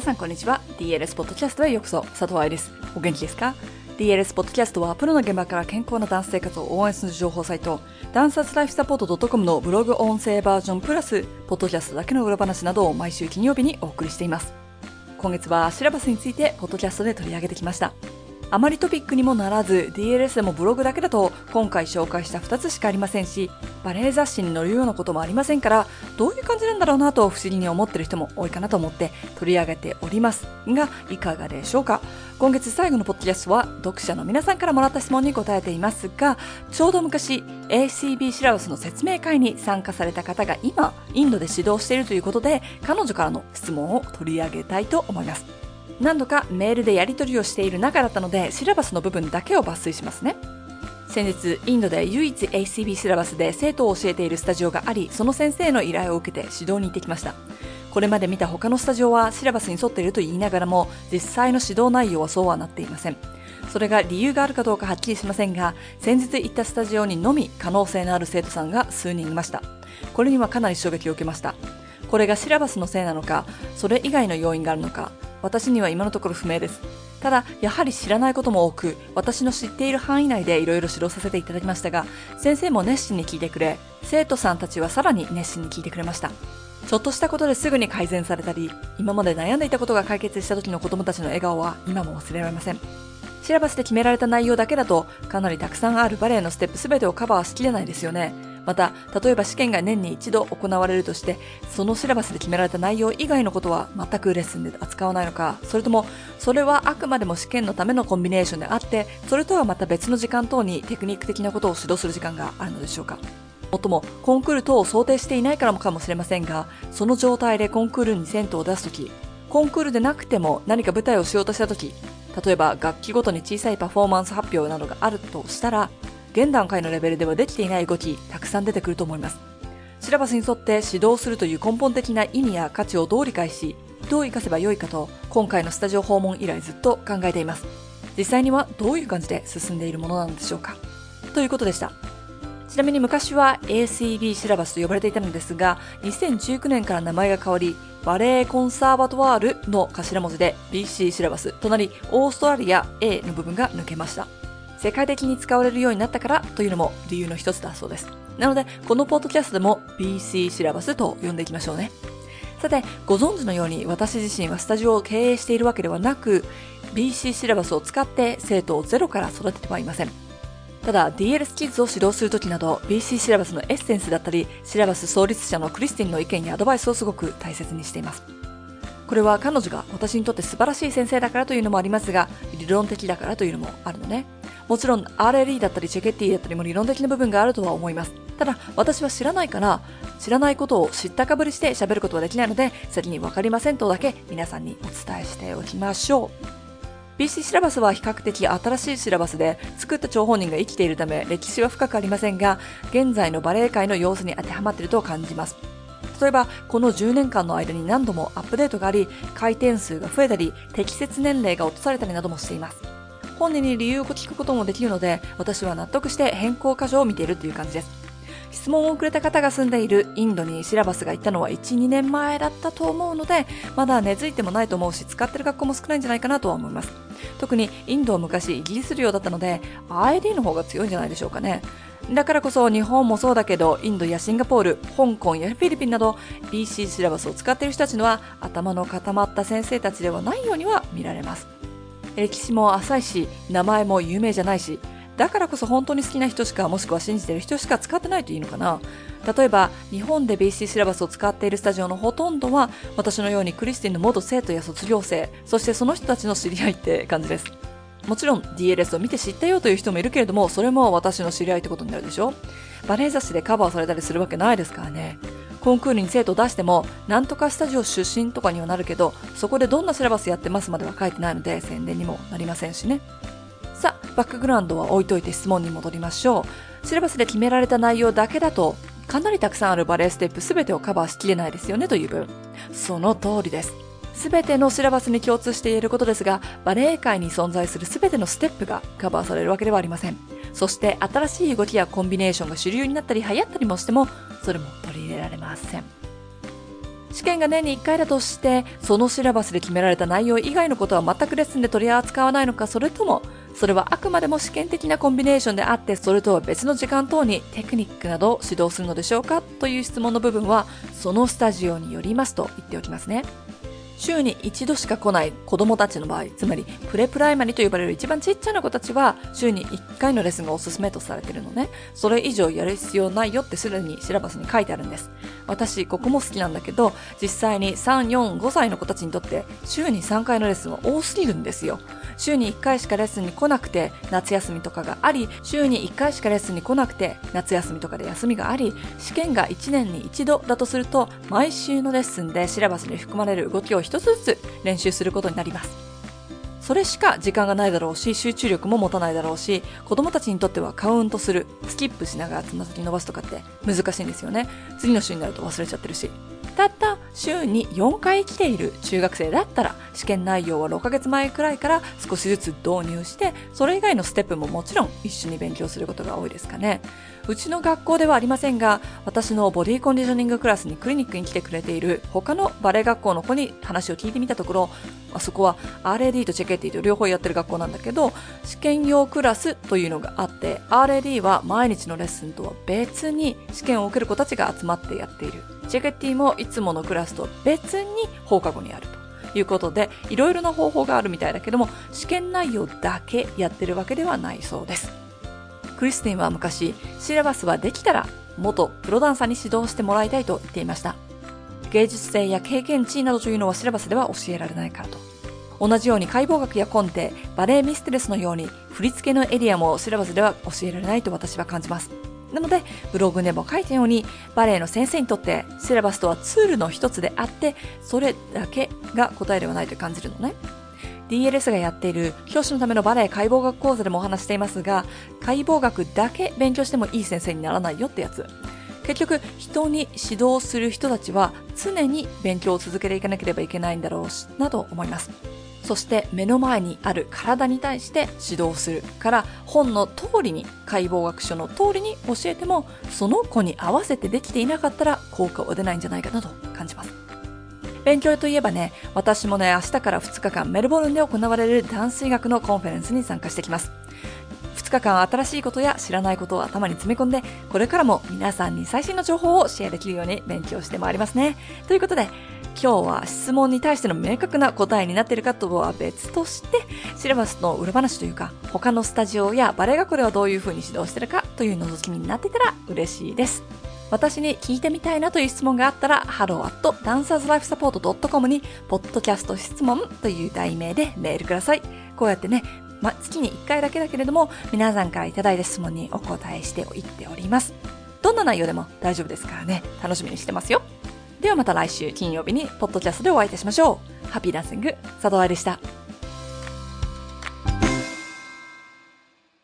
皆さんこんにちは。 DLS ポッドキャストへようこそ。佐藤愛です。お元気ですか？ DLS ポッドキャストはプロの現場から健康なダンス生活を応援する情報サイトダンサーズライフサポート .com のブログ音声バージョンプラスポッドキャストだけの裏話などを毎週金曜日にお送りしています。今月はシラバスについてポッドキャストで取り上げてきました。あまりトピックにもならず DLS でもブログだけだと今回紹介した2つしかありませんし、バレエ雑誌に載るようなこともありませんから、どういう感じなんだろうなと不思議に思ってる人も多いかなと思って取り上げておりますが、いかがでしょうか。今月最後のポッドキャストは読者の皆さんからもらった質問に答えていますが、ちょうど昔 ACB シラバスの説明会に参加された方が今インドで指導しているということで、彼女からの質問を取り上げたいと思います。何度かメールでやり取りをしている中だったので、シラバスの部分だけを抜粋しますね。先日インドで唯一 ACB シラバスで生徒を教えているスタジオがあり、その先生の依頼を受けて指導に行ってきました。これまで見た他のスタジオはシラバスに沿っていると言いながらも、実際の指導内容はそうはなっていません。それが理由があるかどうかはっきりしませんが、先日行ったスタジオにのみ可能性のある生徒さんが数人いました。これにはかなり衝撃を受けました。これがシラバスのせいなのか、それ以外の要因があるのか、私には今のところ不明です。ただ、やはり知らないことも多く、私の知っている範囲内でいろいろ指導させていただきましたが、先生も熱心に聞いてくれ、生徒さんたちはさらに熱心に聞いてくれました。ちょっとしたことですぐに改善されたり、今まで悩んでいたことが解決した時の子供たちの笑顔は今も忘れられません。シラバスで決められた内容だけだと、かなりたくさんあるバレエのステップすべてをカバーしきれないですよね。また、例えば試験が年に一度行われるとして、そのシラバスで決められた内容以外のことは全くレッスンで扱わないのか、それとも、それはあくまでも試験のためのコンビネーションであって、それとはまた別の時間等にテクニック的なことを指導する時間があるのでしょうか。もっとも、コンクール等を想定していないからもかもしれませんが、その状態でコンクールに生徒を出すとき、コンクールでなくても何か舞台をしようとしたとき、例えば楽器ごとに小さいパフォーマンス発表などがあるとしたら、現段階のレベルではできていない動きたくさん出てくると思います。シラバスに沿って指導するという根本的な意味や価値をどう理解し、どう活かせばよいかと、今回のスタジオ訪問以来ずっと考えています。実際にはどういう感じで進んでいるものなのでしょうか。ということでした。ちなみに昔は ACB シラバスと呼ばれていたのですが、2019年から名前が変わり、バレエコンサーバトワールの頭文字で BC シラバスとなり、オーストラリア A の部分が抜けました。世界的に使われるようになったからというのも理由の一つだそうです。なので、このポッドキャストでも BC シラバスと呼んでいきましょうね。さて、ご存知のように私自身はスタジオを経営しているわけではなく、BC シラバスを使って生徒をゼロから育ててはいません。ただ DLS キッズを指導するときなど BC シラバスのエッセンスだったり、シラバス創立者のクリスティンの意見やアドバイスをすごく大切にしています。これは彼女が私にとって素晴らしい先生だからというのもありますが、理論的だからというのもあるのね。もちろん RLE だったりチェケッティだったりも理論的な部分があるとは思います。ただ私は知らないから、知らないことを知ったかぶりして喋ることはできないので、先にわかりませんとだけ皆さんにお伝えしておきましょう。BC シラバスは比較的新しいシラバスで、作った張本人が生きているため歴史は深くありませんが、現在のバレエ界の様子に当てはまっていると感じます。例えばこの10年間の間に何度もアップデートがあり、回転数が増えたり適切年齢が落とされたりなどもしています。本人に理由を聞くこともできるので、私は納得して変更箇所を見ているという感じです。質問をくれた方が住んでいるインドにシラバスが行ったのは 1,2 年前だったと思うので、まだ根付いてもないと思うし、使ってる学校も少ないんじゃないかなとは思います。特にインドは昔イギリス領だったので RLE の方が強いんじゃないでしょうかね。だからこそ日本もそうだけど、インドやシンガポール、香港やフィリピンなど BC シラバスを使っている人たちのは頭の固まった先生たちではないようには見られます。歴史も浅いし、名前も有名じゃないし、だからこそ本当に好きな人しか、もしくは信じている人しか使ってないといいのかな。例えば日本で BC シラバスを使っているスタジオのほとんどは私のようにクリスティンの元生徒や卒業生、そしてその人たちの知り合いって感じです。もちろん DLS を見て知ったよという人もいるけれども、それも私の知り合いってことになるでしょ。バレエ雑誌でカバーされたりするわけないですからね。コンクールに生徒を出してもなんとかスタジオ出身とかにはなるけど、そこでどんなシラバスやってますまでは書いてないので宣伝にもなりませんしね。さあ、バックグラウンドは置いといて質問に戻りましょう。シラバスで決められた内容だけだとかなりたくさんあるバレエステップ全てをカバーしきれないですよねという分。その通りです。全てのシラバスに共通して言えることですが、バレエ界に存在する全てのステップがカバーされるわけではありません。そして新しい動きやコンビネーションが主流になったり流行ったりもしても、それも取り入れられません。 試験が年に1回だとして、そのシラバスで決められた内容以外のことは全くレッスンで取り扱わないのか、それとも、それはあくまでも試験的なコンビネーションであって、それとは別の時間等にテクニックなどを指導するのでしょうかという質問の部分は、そのスタジオによりますと言っておきますね。週に一度しか来ない子供たちの場合、つまりプレプライマリと呼ばれる一番ちっちゃな子たちは週に1回のレッスンがおすすめとされているのね。それ以上やる必要ないよってすでにシラバスに書いてあるんです。私ここも好きなんだけど、実際に3、4、5歳の子たちにとって週に3回のレッスンは多すぎるんですよ。週に1回しかレッスンに来なくて夏休みとかがあり、週に1回しかレッスンに来なくて夏休みとかで休みがあり、試験が1年に1度だとすると、毎週のレッスンでシラバスに含まれる動きを一つずつ練習することになります。それしか時間がないだろうし、集中力も持たないだろうし、子供たちにとってはカウントする、スキップしながらつま先伸ばすとかって難しいんですよね。次の週になると忘れちゃってるし。たった週に4回来ている中学生だったら、試験内容は6ヶ月前くらいから少しずつ導入して、それ以外のステップももちろん一緒に勉強することが多いですかね。うちの学校ではありませんが、私のボディコンディショニングクラスにクリニックに来てくれている他のバレエ学校の子に話を聞いてみたところ、そこは RAD とチェケッティと両方やってる学校なんだけど、試験用クラスというのがあって、RAD は毎日のレッスンとは別に試験を受ける子たちが集まってやっている。チェケッティもいつものクラスと別に放課後にあるということで、いろいろな方法があるみたいだけども、試験内容だけやってるわけではないそうです。クリスティンは昔、シラバスはできたら元プロダンサーに指導してもらいたいと言っていました。芸術性や経験値などというのはシラバスでは教えられないからと。同じように解剖学やコンテ、バレエミステレスのように振り付けのエリアもシラバスでは教えられないと私は感じます。なので、ブログでも書いたように、バレエの先生にとってシラバスとはツールの一つであって、それだけが答えではないと感じるのね。DLS がやっている教師のためのバレエ解剖学講座でもお話していますが、解剖学だけ勉強してもいい先生にならないよってやつ。結局、人に指導する人たちは常に勉強を続けていかなければいけないんだろうし、など思います。そして目の前にある体に対して指導するから本の通りに解剖学書の通りに教えてもその子に合わせてできていなかったら効果は出ないんじゃないかなと感じます。勉強といえばね、私もね明日から2日間メルボルンで行われる断水学のコンフェレンスに参加してきます。2日間新しいことや知らないことを頭に詰め込んでこれからも皆さんに最新の情報をシェアできるように勉強してまいりますね。ということで今日は質問に対しての明確な答えになっているかとは別としてシラバスの裏話というか他のスタジオやバレエ学校ではどういう風に指導しているかという覗き見になっていたら嬉しいです。私に聞いてみたいなという質問があったら hello@dancerslifesupport.com にポッドキャスト質問という題名でメールください。こうやってね、月に1回だけだけれども皆さんからいただいた質問にお答えしていっております。どんな内容でも大丈夫ですからね、楽しみにしてますよ。ではまた来週金曜日にポッドキャストでお会いいたしましょう。ハッピーダンシング、佐藤愛でした。